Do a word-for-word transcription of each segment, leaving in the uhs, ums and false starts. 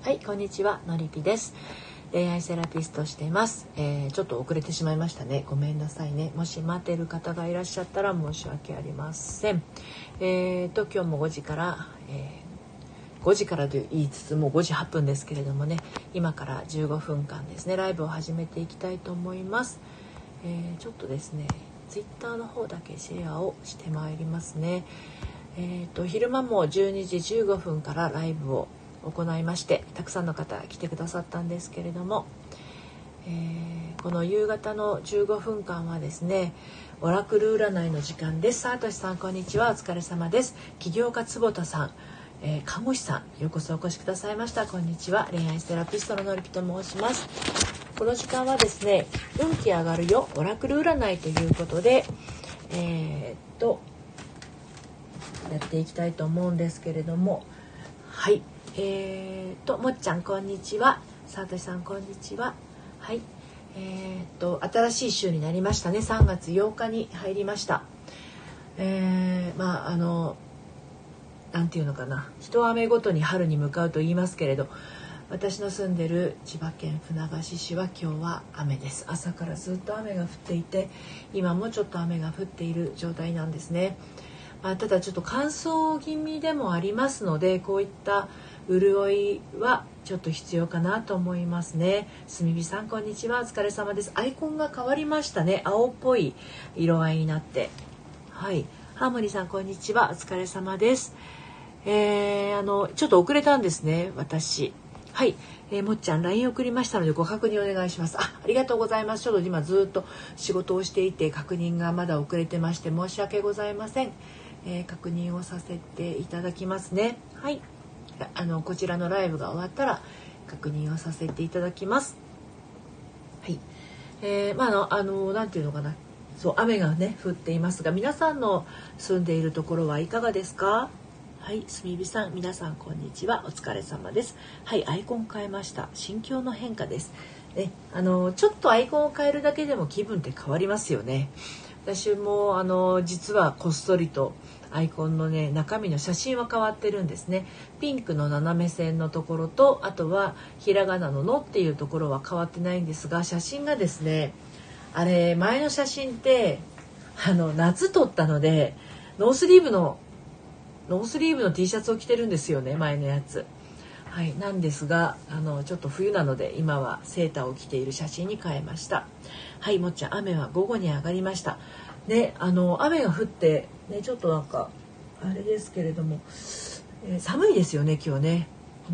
はい、こんにちは、のりぴです。恋愛セラピストしています、えー、ちょっと遅れてしまいましたね。ごめんなさいね。もし待ってる方がいらっしゃったら申し訳ありません。えーと今日もごじから、えー、ごじからと言いつつもうごじはっぷんですけれどもね、今からじゅうごふんかんですね、ライブを始めていきたいと思います。えー、ちょっとですね、ツイッターの方だけシェアをしてまいりますね。えーと昼間もじゅうにじじゅうごふんからライブを行いまして、たくさんの方来てくださったんですけれども、えー、この夕方のじゅうごふんかんはですね、オラクル占いの時間です。さあとしさん、こんにちは、お疲れ様です。起業家坪田さん、えー、看護師さん、ようこそお越しくださいました。こんにちは、恋愛セラピストののりぴと申します。この時間はですね、運気上がるよオラクル占いということで、えー、っとやっていきたいと思うんですけれども、はい、えーともっちゃんこんにちは、さとしさんこんにちは。はい、えーと新しい週になりましたね。さんがつようかに入りました。えー、まああのなんていうのかな、一雨ごとに春に向かうと言いますけれど、私の住んでる千葉県船橋市は今日は雨です。朝からずっと雨が降っていて、今もちょっと雨が降っている状態なんですね。まあ、ただちょっと乾燥気味でもありますので、こういった潤いはちょっと必要かなと思いますね。すみびさんこんにちは、お疲れ様です。アイコンが変わりましたね。青っぽい色合いになって、はい。ハーモニーさんこんにちは、お疲れ様です。えー、あのちょっと遅れたんですね、私。はい、えー、もっちゃん ライン 送りましたのでご確認お願いします。 あ, ありがとうございます。ちょっと今ずっと仕事をしていて確認がまだ遅れてまして申し訳ございません。えー、確認をさせていただきますね。はい、あのこちらのライブが終わったら確認をさせていただきます。はい、えー、まああのあのなんていうのかな、そう雨がね降っていますが、皆さんの住んでいるところはいかがですか？はい、すみびさん、皆さんこんにちは、お疲れ様です。はい、アイコン変えました。心境の変化です。ね、あのちょっとアイコンを変えるだけでも気分って変わりますよね。私もあの実はこっそりとアイコンのね中身の写真は変わってるんですね。ピンクの斜め線のところと、あとはひらがなののっていうところは変わってないんですが、写真がですね、あれ前の写真ってあの夏撮ったので、ノースリーブのノースリーブの T シャツを着てるんですよね、前のやつ。はい、なんですがあのちょっと冬なので今はセーターを着ている写真に変えました。はい、もっちゃん、雨は午後に上がりました。ね、あの雨が降ってね、ちょっとなんかあれですけれども、えー、寒いですよね今日ね。うん、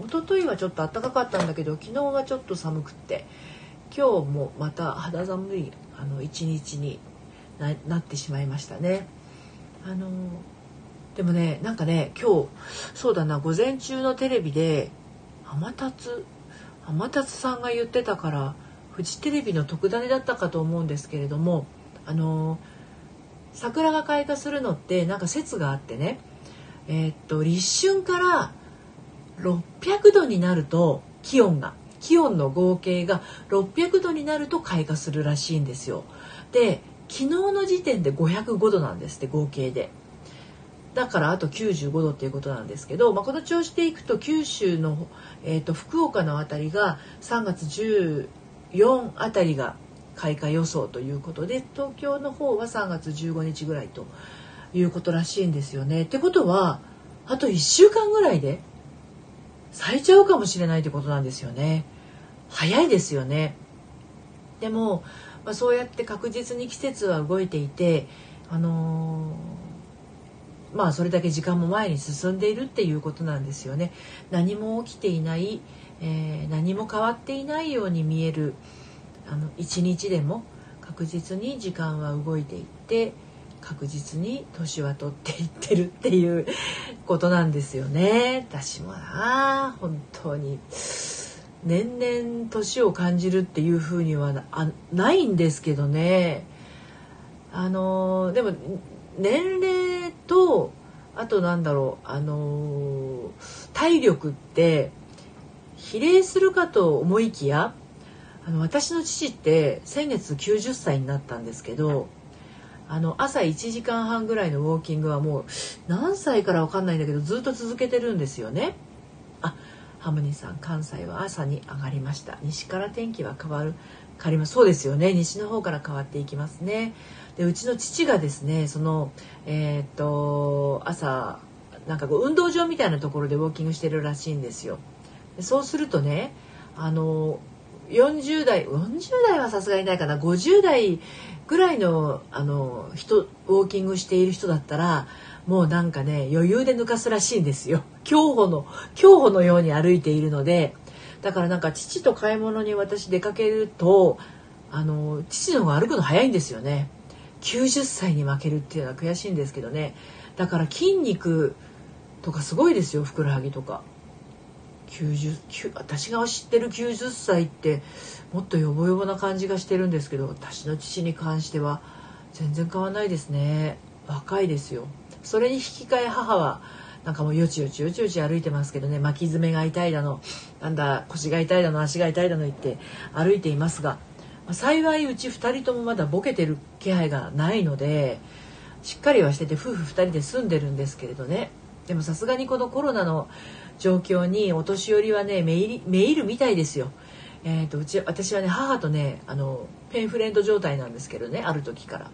一昨日はちょっと暖かかったんだけど、昨日はちょっと寒くって、今日もまた肌寒いあの一日に な, なってしまいましたね。あのでもね、なんかね、今日そうだな、午前中のテレビで天達天達さんが言ってたから、フジテレビの特ダネだったかと思うんですけれども、あの桜が開花するのってなんか説があってね、えー、っと立春からろっぴゃくどになると、気温が気温の合計がろっぴゃくどになると開花するらしいんですよ。で、昨日の時点でごひゃくごどなんですって、合計で。だからあときゅうじゅうごどっていうことなんですけど、まあ、この調子でいくと九州の、えー、と福岡のあたりがさんがつじゅうよっかあたりが開花予想ということで、東京の方はさんがつじゅうごにちぐらいということらしいんですよね。ってことはあといっしゅうかんぐらいで咲いちゃうかもしれないってことなんですよね。早いですよね。でも、まあ、そうやって確実に季節は動いていて、あのーまあそれだけ時間も前に進んでいるっていうことなんですよね。何も起きていない、えー、何も変わっていないように見えるあの一日でも確実に時間は動いていって、確実に年は取っていってるっていうことなんですよね。私もな、本当に年々年を感じるっていう風には な, あないんですけどね。あのでも年齢と、あとなんだろう、あの体力って比例するかと思いきや、あの私の父って先月きゅうじゅっさいになったんですけど、あの朝いちじかんはんぐらいのウォーキングはもう何歳からわかんないんだけどずっと続けてるんですよね。あ、 ハムニさん、関西は朝に上がりました。西から天気は変わる変わります。そうですよね、西の方から変わっていきますね。でうちの父がですね、そのえー、っと朝なんかこう運動場みたいなところでウォーキングしてるらしいんですよ。でそうするとね、あのよんじゅう代よんじゅう代はさすがにないかな、ごじゅう代ぐらいのあの人ウォーキングしている人だったらもうなんかね余裕で抜かすらしいんですよ。競歩の競歩のように歩いているので、だからなんか父と買い物に私出かけるとあの父の方が歩くの早いんですよね。きゅうじゅっさいに負けるっていうのは悔しいんですけどね。だから筋肉とかすごいですよ、ふくらはぎとか。きゅうじゅう私が知ってるきゅうじゅっさいってもっとヨボヨボな感じがしてるんですけど、私の父に関しては全然変わらないですね。若いですよ。それに引き換え母はなんかもうよちよちよちよち歩いてますけどね、巻き爪が痛いだのなんだ腰が痛いだの足が痛いだの言って歩いていますが、幸いうちふたりともまだボケてる気配がないのでしっかりはしてて夫婦ふたりで住んでるんですけれどね。でもさすがにこのコロナの状況にお年寄りはねめいりめいるみたいですよ。えーとうち私はね母とねあのペンフレンド状態なんですけどね、ある時から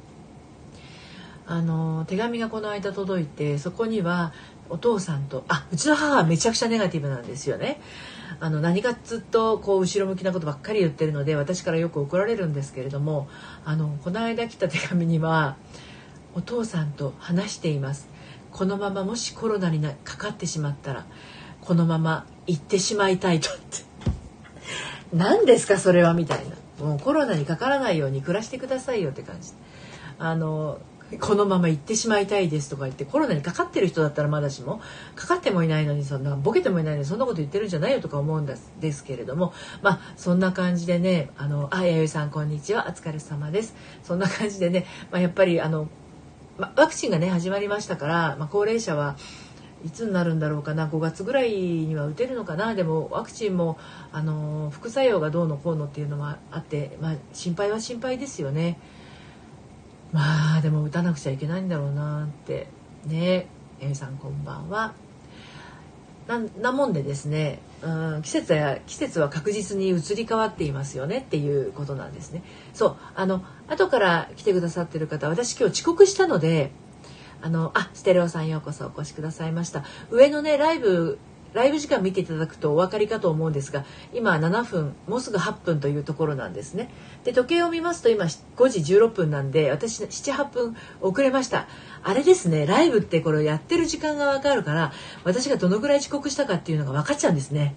あの手紙がこの間届いて、そこにはお父さんとあうちの母はめちゃくちゃネガティブなんですよね。あの何かずっとこう後ろ向きなことばっかり言ってるので私からよく怒られるんですけれども、あのこの間来た手紙にはお父さんと話しています。このままもしコロナになかかってしまったらこのまま行ってしまいたいとって何ですかそれはみたいな、もうコロナにかからないように暮らしてくださいよって感じ。あのこのまま行ってしまいたいですとか言って、コロナにかかってる人だったらまだしもかかってもいないのにそんなボケてもいないのにそんなこと言ってるんじゃないよとか思うんですですけれども、まあそんな感じでね、あのあ弥生さんこんにちはお疲れ様です。そんな感じでね、まあ、やっぱりあのま、ワクチンがね始まりましたから、まあ、高齢者はいつになるんだろうかな、ごがつぐらいには打てるのかな。でもワクチンもあの副作用がどうのこうのっていうのはあって、まあ、心配は心配ですよね。まあでも打たなくちゃいけないんだろうなってね。えー、さんこんばんは。な, なもんでですね、うん、季節や季節は確実に移り変わっていますよねっていうことなんですね。そうあの後から来てくださってる方、私今日遅刻したので、あのあステレオさんようこそお越しくださいました。上のねライブライブ時間見ていただくとお分かりかと思うんですが、今ななふんもうすぐはっぷんというところなんですね。で時計を見ますと今ごじじゅうろっぷんなんで、私ななはっぷん遅れました。あれですね、ライブってこれやってる時間が分かるから、私がどのぐらい遅刻したかっていうのが分かっちゃうんですね。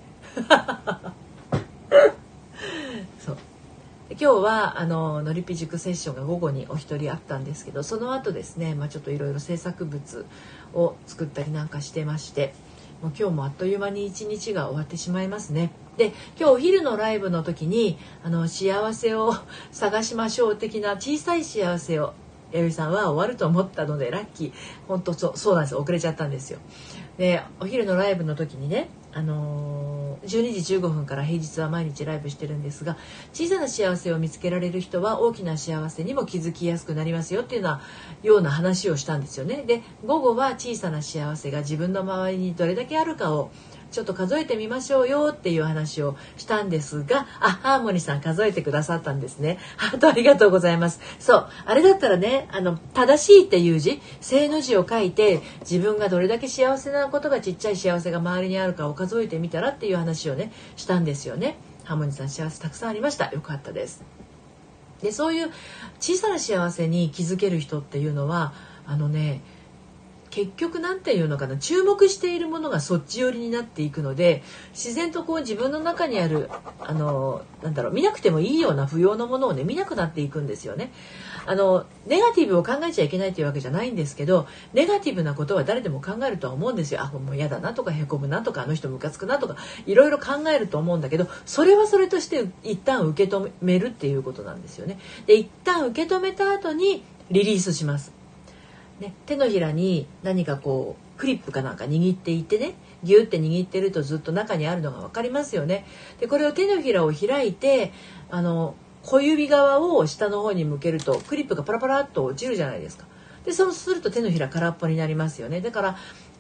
そう今日はあののりぴ塾セッションが午後にお一人あったんですけど、その後ですね、まあ、ちょっといろいろ制作物を作ったりなんかしてまして、もう今日もあっという間に一日が終わってしまいますね。で今日お昼のライブの時にあの幸せを探しましょう的な小さい幸せを弥生さんは終わると思ったのでラッキー。本当そうそうなんです、遅れちゃったんですよ。でお昼のライブの時にね、あのー、じゅうにじじゅうごふんから平日は毎日ライブしてるんですが、小さな幸せを見つけられる人は大きな幸せにも気づきやすくなりますよっていうようなような話をしたんですよね。で午後は小さな幸せが自分の周りにどれだけあるかをちょっと数えてみましょうよっていう話をしたんですが、あ、ハーモニーさん数えてくださったんですね。ハートありがとうございます。そうあれだったらね、あの正しいっていう字、正の字を書いて自分がどれだけ幸せなことが、ちっちゃい幸せが周りにあるかを数えてみたらっていう話をねしたんですよね。ハーモニーさん幸せたくさんありました。よかったです。でそういう小さな幸せに気づける人っていうのはあのね、結局なんていうのかな、注目しているものがそっち寄りになっていくので、自然とこう自分の中にあるあのなんだろう、見なくてもいいような不要なものをね見なくなっていくんですよね。あのネガティブを考えちゃいけないというわけじゃないんですけど、ネガティブなことは誰でも考えるとは思うんですよ。あ、もう嫌だなとか、へこむなとか、あの人ムカつくなとか、いろいろ考えると思うんだけど、それはそれとして一旦受け止めるっていうことなんですよね。で一旦受け止めた後にリリースします。ね、手のひらに何かこうクリップかなんか握っていてね、ギュって握ってるとずっと中にあるのが分かりますよね。でこれを手のひらを開いて、あの小指側を下の方に向けるとクリップがパラパラっと落ちるじゃないですか。でそうすると手のひら空っぽになりますよね。だから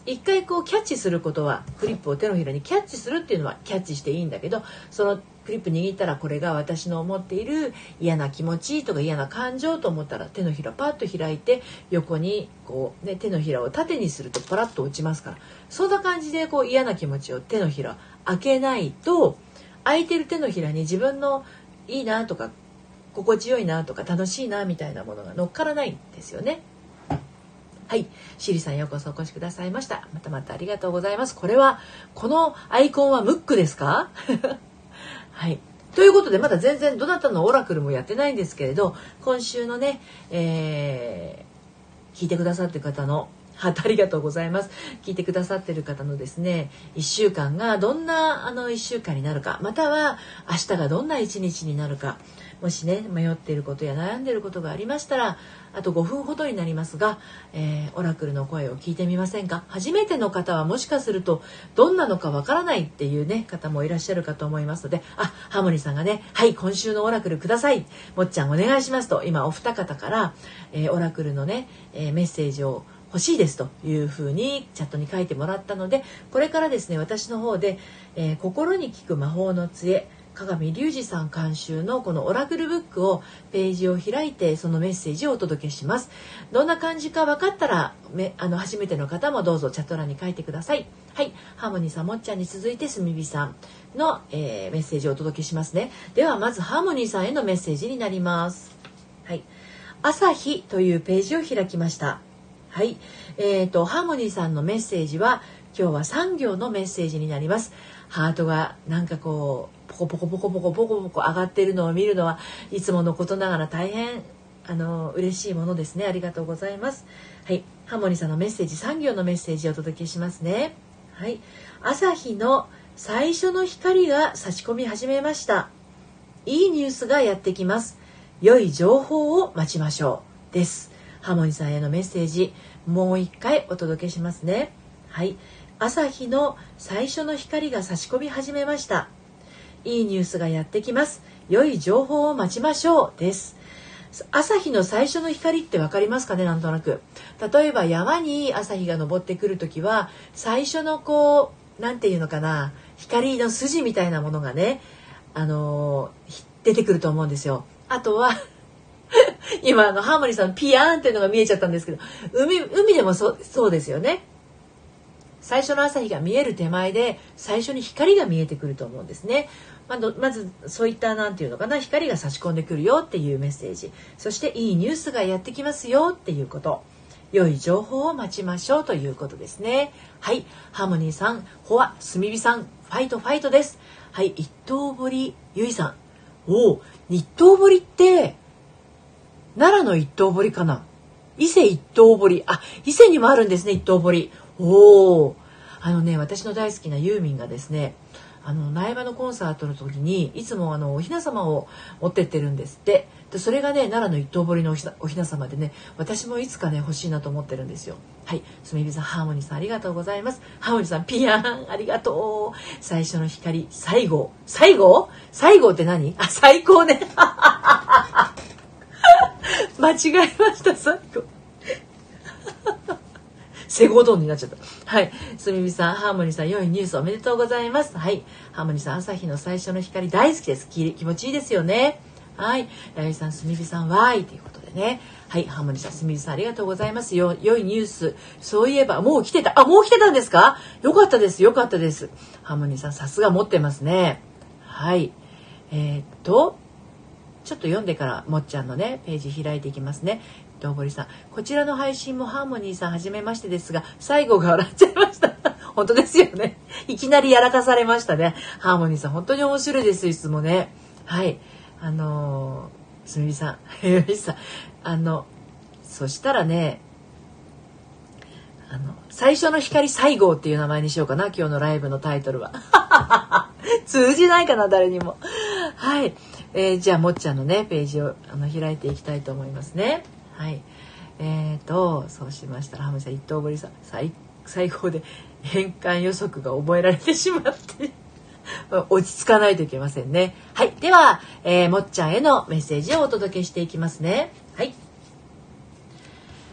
一回こうキャッチすることは、フリップを手のひらにキャッチするっていうのはキャッチしていいんだけど、そのフリップ握ったらこれが私の思っている嫌な気持ちとか嫌な感情と思ったら手のひらパッと開いて横にこう、ね、手のひらを縦にするとパラッと落ちますから、そんな感じでこう嫌な気持ちを手のひら開けないと、空いてる手のひらに自分のいいなとか心地よいなとか楽しいなみたいなものが乗っからないんですよね。はい、シリさんようこそお越しくださいました。またまたありがとうございます。これはこのアイコンはムックですか？はい、ということでまだ全然どなたのオラクルもやってないんですけれど、今週のね、えー、聞いてくださってる方のありがとうございます。聞いてくださってる方のですね、いっしゅうかんがどんなあのいっしゅうかんになるか、または明日がどんないちにちになるか、もしね迷っていることや悩んでいることがありましたら、あとごふんほどになりますが、えー、オラクルの声を聞いてみませんか？初めての方はもしかするとどんなのかわからないっていうね方もいらっしゃるかと思いますので、あ、ハーモニーさんがね、はい、今週のオラクルください、もっちゃんお願いしますと今お二方から、えー、オラクルのね、えー、メッセージを欲しいですというふうにチャットに書いてもらったので、これからですね私の方で、えー、心に聞く魔法の杖鏡隆二さん監修のこのオラクルブックをページを開いてそのメッセージをお届けします。どんな感じか分かったらめあの初めての方もどうぞチャット欄に書いてください。はい、ハーモニーさんもっちゃんに続いてすみびさんの、えー、メッセージをお届けしますね。ではまずハーモニーさんへのメッセージになります。はい、朝日というページを開きました。はい、えーと、ハーモニーさんのメッセージは今日はさん行のメッセージになります。ハートがなんかこうポコポコポコポコポコポコ上がっているのを見るのはいつものことながら大変あの嬉しいものですね。ありがとうございます。はい、ハーモニーさんのメッセージさん行のメッセージをお届けしますね。はい、朝日の最初の光が差し込み始めました。いいニュースがやってきます。良い情報を待ちましょうです。ハーモニーさんへのメッセージもう一回お届けしますね。はい、朝日の最初の光が差し込み始めました。いいニュースがやってきます。良い情報を待ちましょうです。朝日の最初の光って分かりますかね？なんとなく例えば山に朝日が昇ってくるときは最初のこうなんていうのかな、光の筋みたいなものがね、あのー、出てくると思うんですよ。あとは今あのハーモニーさんピヤーンっていうのが見えちゃったんですけど、海、海でも そ, そうですよね。最初の朝日が見える手前で最初に光が見えてくると思うんですね。ま, まずそういったなんていうのかな、光が差し込んでくるよっていうメッセージ、そしていいニュースがやってきますよっていうこと、良い情報を待ちましょうということですね。はい、ハーモニーさん、ホア、スミビさん、ファイトファイトです。はい、一刀彫りゆいさん、お一刀彫りって奈良の一刀彫りかな、伊勢一刀彫り、あ、伊勢にもあるんですね、一刀彫り。おー、あのね、私の大好きなユーミンがですね、あの苗場のコンサートの時にいつもあのお雛様を持ってってるんですって。でそれがね奈良の一刀彫りのお雛様でね、私もいつかね欲しいなと思ってるんですよ。はい、すみびさん、ハーモニーさんありがとうございます。ハーモニーさんピヤーンありがとう。最初の光、最後最後最後って何？あ、最高ね間違えました、最後セゴドンになっちゃった。はい、すみびさん、ハーモニーさん、良いニュースおめでとうございます。はい、ハーモニーさん、朝日の最初の光大好きです。気, 気持ちいいですよね。はい、ライさん、すみびさん、わーいということでね。はい、ハーモニーさん、すみびさんありがとうございますよ。良いニュース、そういえばもう来てた。あ、もう来てたんですか？よかったです、よかったです。ハーモニーさん、さすが持ってますね。はい、えー、っとちょっと読んでからもっちゃんのねページ開いていきますね。どうぼりさん、こちらの配信もハーモニーさんはじめましてですが、最後が笑っちゃいました本当ですよね、いきなりやらかされましたね。ハーモニーさん本当に面白いです、いつもね。はい、あのー、すみびさんよしさん、あのそしたらね、あの最初の光最後っていう名前にしようかな、今日のライブのタイトルは通じないかな、誰にも。はい、えー、じゃあもっちゃんのねページをあの開いていきたいと思いますね。はい、えーとそうしましたら、ハムさん、一刀彫りさん、最最高で変換予測が覚えられてしまって落ち着かないといけませんね。はい、では、えー、もっちゃんへのメッセージをお届けしていきますね。はい、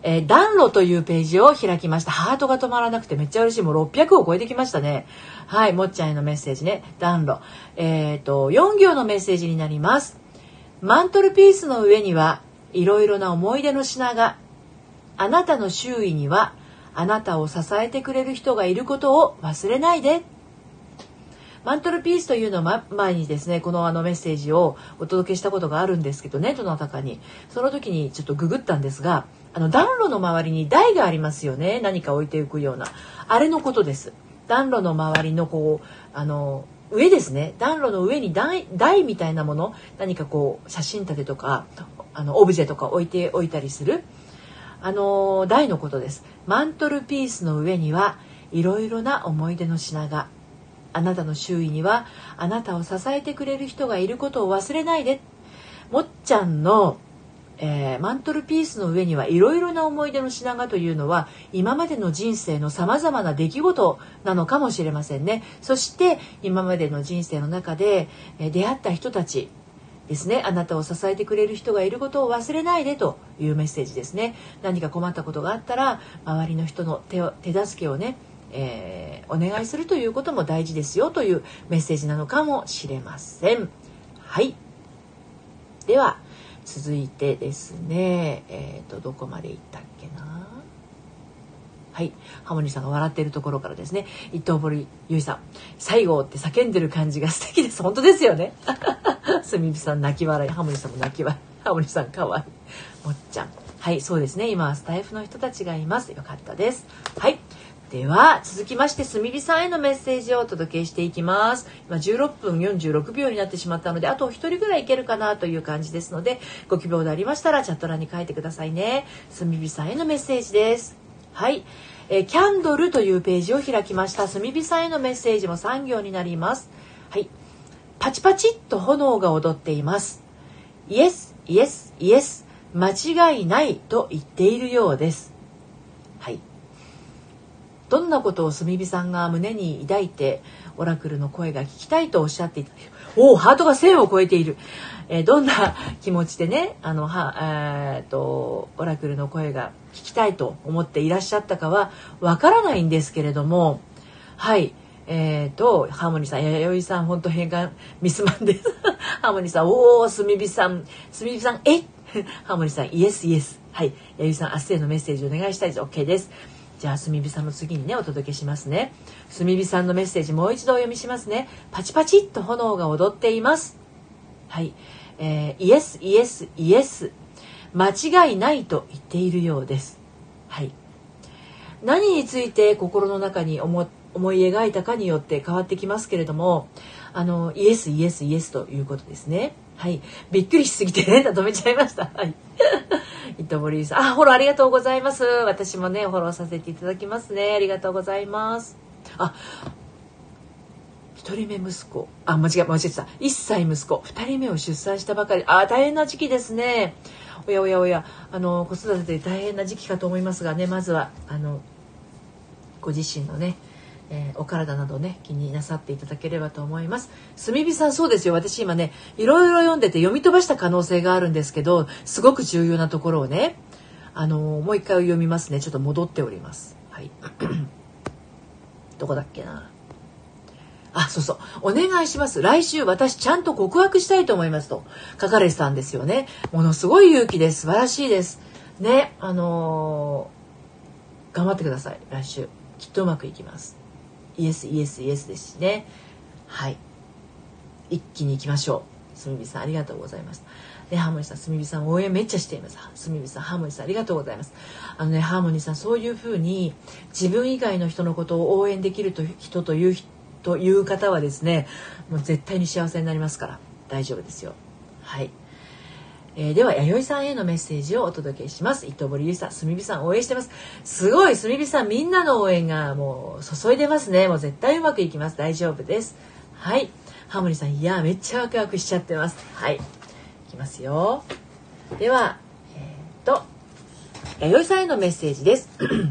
えー、暖炉というページを開きました。ハートが止まらなくてめっちゃ嬉しい。もうろっぴゃくを超えてきましたね。はい、もっちゃんへのメッセージね。暖炉。えっと、よん行のメッセージになります。マントルピースの上にはいろいろな思い出の品が、あなたの周囲にはあなたを支えてくれる人がいることを忘れないで。マントルピースというのは前にですね、このあのメッセージをお届けしたことがあるんですけどね、どなたかに。その時にちょっとググったんですが、あの暖炉の周りに台がありますよね。何か置いていくような。あれのことです。暖炉の周りのこう、あの、上ですね。暖炉の上に台、台みたいなもの、何かこう、写真立てとか、あの、オブジェとか置いておいたりする。あの、台のことです。マントルピースの上にはいろいろな思い出の品が。あなたの周囲にはあなたを支えてくれる人がいることを忘れないで。もっちゃんの、えー、マントルピースの上にはいろいろな思い出の品がというのは今までの人生のさまざまな出来事なのかもしれませんね。そして今までの人生の中で、えー、出会った人たちですね。あなたを支えてくれる人がいることを忘れないでというメッセージですね。何か困ったことがあったら周りの人の手を手助けをね、えー、お願いするということも大事ですよというメッセージなのかもしれません。はい。では続いてですね、えーとどこまでいったっけな。はい、ハモニーさんが笑っているところからですね、伊藤堀ゆいさん、最後って叫んでる感じが素敵です。本当ですよね。すみびさん泣き笑い、ハモニーさんも泣き笑い、ハモニーさんかわいい、もっちゃん、はい、そうですね。今はスタイフの人たちがいます。よかったです。はい。では続きましてすみびさんへのメッセージをお届けしていきます。今じゅうろっぷんよんじゅうろくびょうになってしまったのであとお一人ぐらいいけるかなという感じですので、ご希望でありましたらチャット欄に書いてくださいね。すみびさんへのメッセージです。はい、えー、キャンドルというページを開きました。すみびさんへのメッセージもさん行になります。はい、パチパチっと炎が踊っています。イエスイエスイエス、間違いないと言っているようです。はい、どんなことをすみびさんが胸に抱いてオラクルの声が聞きたいとおっしゃっていた。おお、ハートがせんを超えている。えー、どんな気持ちでね、あのは、えー、とオラクルの声が聞きたいと思っていらっしゃったかはわからないんですけれども、はい、えー、とハーモニーさん、弥生さん本当変換ミスマンです。ハーモニーさん、おお、すみびさん、すみびさん、えハーモニーさん、イエスイエス。はい、弥生さん、明日へのメッセージお願いしたいです。 OK です。じゃあすみびさんの次にねお届けしますね。すみびさんのメッセージもう一度お読みしますね。パチパチっと炎が踊っています。はい、えー、イエスイエスイエス、間違いないと言っているようです。はい、何について心の中に思思い描いたかによって変わってきますけれども、あのイエスイエスイエスということですね。はい、びっくりしすぎてね止めちゃいました。はい。伊藤森さん、あ、フォローありがとうございます。私もねフォローさせていただきますね。ありがとうございます。あ、一人目息子、あ、間違え間違えた。一歳息子、二人目を出産したばかり。あ、大変な時期ですね。おやおやおや、あの子育てで大変な時期かと思いますがね、まずはあのご自身のね、えー、お体などね気になさっていただければと思います。すみびさん、そうですよ。私今ねいろいろ読んでて読み飛ばした可能性があるんですけど、すごく重要なところをね、あのー、もう一回読みますね。ちょっと戻っております。はい。どこだっけな。あ、そうそう。お願いします。来週私ちゃんと告白したいと思いますと書かれてたんですよね。ものすごい勇気です。素晴らしいですね。あのー、頑張ってください。来週きっとうまくいきます。イエスイエスイエスですしね。はい、一気に行きましょう。すみびさんありがとうございます。で、ハーモニーさん、すみびさん応援めっちゃしています。すみびさん、ハーモニーさんありがとうございます。あのね、ハーモニーさん、そういうふうに自分以外の人のことを応援できると人というという方はですね、もう絶対に幸せになりますから大丈夫ですよ。はい。えー、では弥生さんへのメッセージをお届けします。伊藤森ゆいさん、すみびさん応援してます。すごい、すみびさん、みんなの応援がもう注いでますね。もう絶対うまくいきます。大丈夫です。はい。ハーモニーさん、いやめっちゃワクワクしちゃってます。はい、いきますよ。ではえー、と弥生さんへのメッセージです。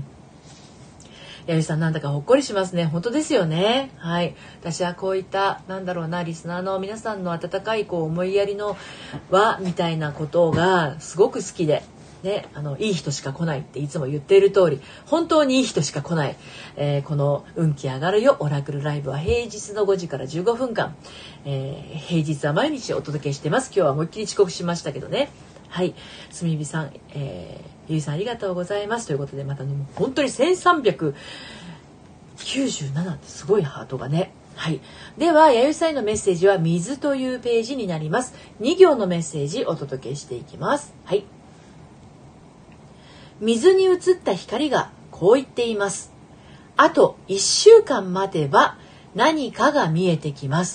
弥生さん、なんだかほっこりしますね。本当ですよね。はい。私はこういったなんだろうな、リスナーの皆さんの温かいこう思いやりの輪みたいなことがすごく好きで、 ね、あのいい人しか来ないっていつも言っている通り、本当にいい人しか来ない、えー、この運気上がるよオラクルライブは平日のごじからじゅうごふんかん、えー、平日は毎日お届けしてます。今日は思いっきり遅刻しましたけどね。はい、すみびさん、えー、ゆいさんありがとうございますということで、また、ね、本当にせんさんびゃくきゅうじゅうななってすごいハートがね。はい、では弥生さんへのメッセージは水というページになります。に行のメッセージお届けしていきます。はい、水に映った光がこう言っています。あといっしゅうかん待てば何かが見えてきます。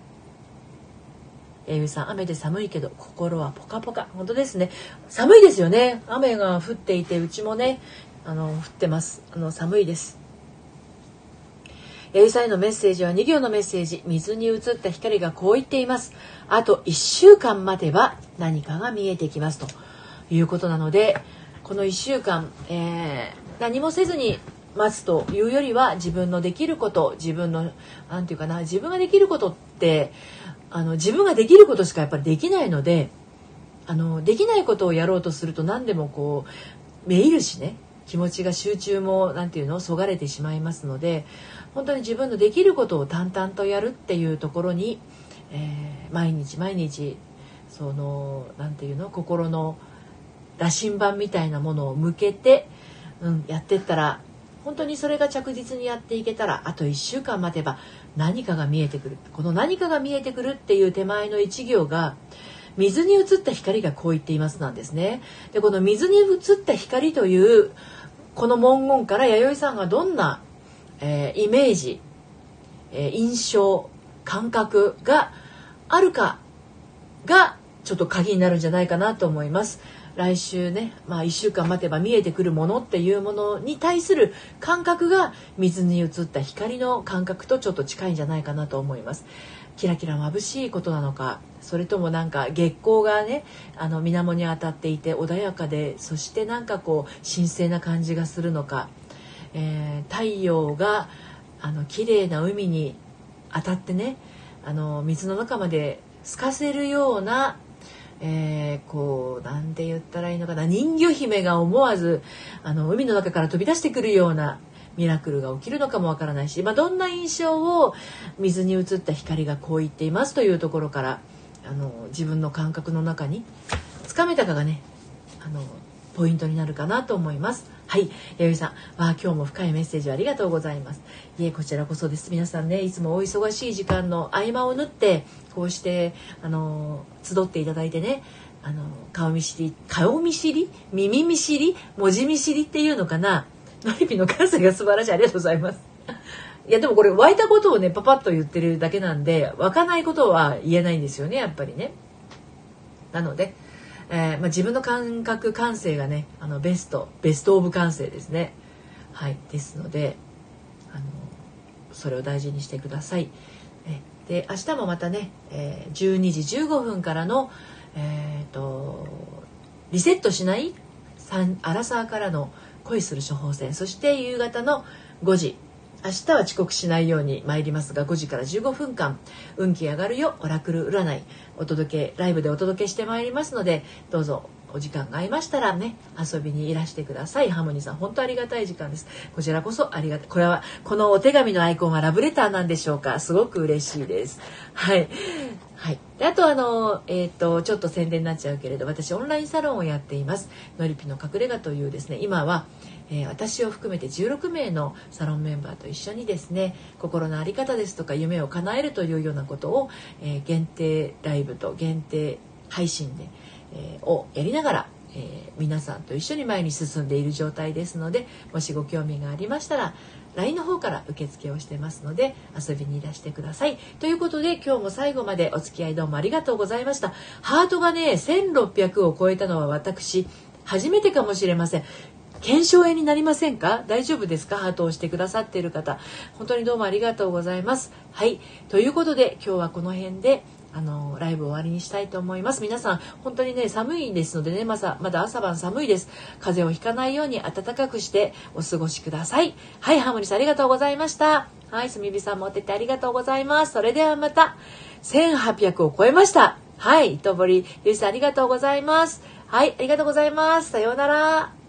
えゆさん、雨で寒いけど心はポカポカ。本当ですね。寒いですよね。雨が降っていて、うちもね、あの降ってます。あの寒いです。えゆさんへのメッセージはに行のメッセージ。水に映った光がこう言っています。あといっしゅうかん待てば何かが見えてきますということなので、このいっしゅうかん、えー、何もせずに待つというよりは、自分のできること、自分のなんていうかな、自分ができることってあの自分ができることしかやっぱりできないので、あのできないことをやろうとすると何でもこうめいるしね、気持ちが集中もなんていうのそがれてしまいますので、本当に自分のできることを淡々とやるっていうところに、えー、毎日毎日そのなんていうの心の羅針盤みたいなものを向けて、うん、やってったら、本当にそれが着実にやっていけたら、あといっしゅうかん待てば何かが見えてくる。この何かが見えてくるっていう手前の一行が、水に映った光がこう言っていますなんですね。で、この水に映った光というこの文言から弥生さんがどんな、えー、イメージ、えー、印象、感覚があるかがちょっと鍵になるんじゃないかなと思います。来週ね、まあいっしゅうかん待てば見えてくるものっていうものに対する感覚が水に映った光の感覚とちょっと近いんじゃないかなと思います。キラキラ眩しいことなのか、それともなんか月光がね、あの水面に当たっていて穏やかで、そしてなんかこう神聖な感じがするのか、えー、太陽があの綺麗な海に当たってね、あの水の中まで透かせるような、えー、こうなんて言ったらいいのかな、人魚姫が思わずあの海の中から飛び出してくるようなミラクルが起きるのかもわからないし、まあ、どんな印象を水に映った光がこう言っていますというところから、あの自分の感覚の中につかめたかがね、あのポイントになるかなと思います。はい、弥生さん、わあ今日も深いメッセージありがとうございます。いえ、こちらこそです。皆さんね、いつもお忙しい時間の合間を縫ってこうしてあの集っていただいてね、あの顔見知り顔見知り耳見知り文字見知りっていうのかな、のりぴの感性が素晴らしい。ありがとうございます。いやでもこれ湧いたことをねパパッと言ってるだけなんで、湧かないことは言えないんですよね、やっぱりね。なのでえーまあ、自分の感覚感性がね、あのベストベストオブ感性ですね。はい、ですのであのそれを大事にしてください。えで明日もまたね、えー、じゅうにじじゅうごふんからの、えー、とリセットしないアラサーからの恋する処方箋、そして夕方のごじ、明日は遅刻しないように参りますが、ごじからじゅうごふんかん運気上がるよオラクル占いお届けライブでお届けしてまいりますので、どうぞお時間が合いましたらね、遊びにいらしてください。ハモニーさん、本当ありがたい時間です。こちらこそありがたい。これはこのお手紙のアイコンはラブレターなんでしょうか。すごく嬉しいです。はいはい、であとあの、えー、とちょっと宣伝になっちゃうけれど、私オンラインサロンをやっています。のりぴの隠れ家というですね、今は、えー、私を含めてじゅうろくめいのサロンメンバーと一緒にですね、心の在り方ですとか夢を叶えるというようなことを、えー、限定ライブと限定配信で、えー、をやりながら、えー、皆さんと一緒に前に進んでいる状態ですので、もしご興味がありましたら ライン の方から受付をしてますので遊びにいらしてください。ということで今日も最後までお付き合いどうもありがとうございました。ハートがねせんろっぴゃくを超えたのは私初めてかもしれません。検証炎になりませんか？大丈夫ですか？ハートをしてくださっている方、本当にどうもありがとうございます。はい、ということで今日はこの辺であのライブ終わりにしたいと思います。皆さん本当にね寒いですのでね、まだまだ朝晩寒いです。風邪をひかないように暖かくしてお過ごしください。はい、ハーモニーさんありがとうございました。はい、すみびさんもお手手ありがとうございます。それではまたせんはっぴゃくを超えました。はい、糸堀ゆいさんありがとうございます。 はい、ありがとうございます。さようなら。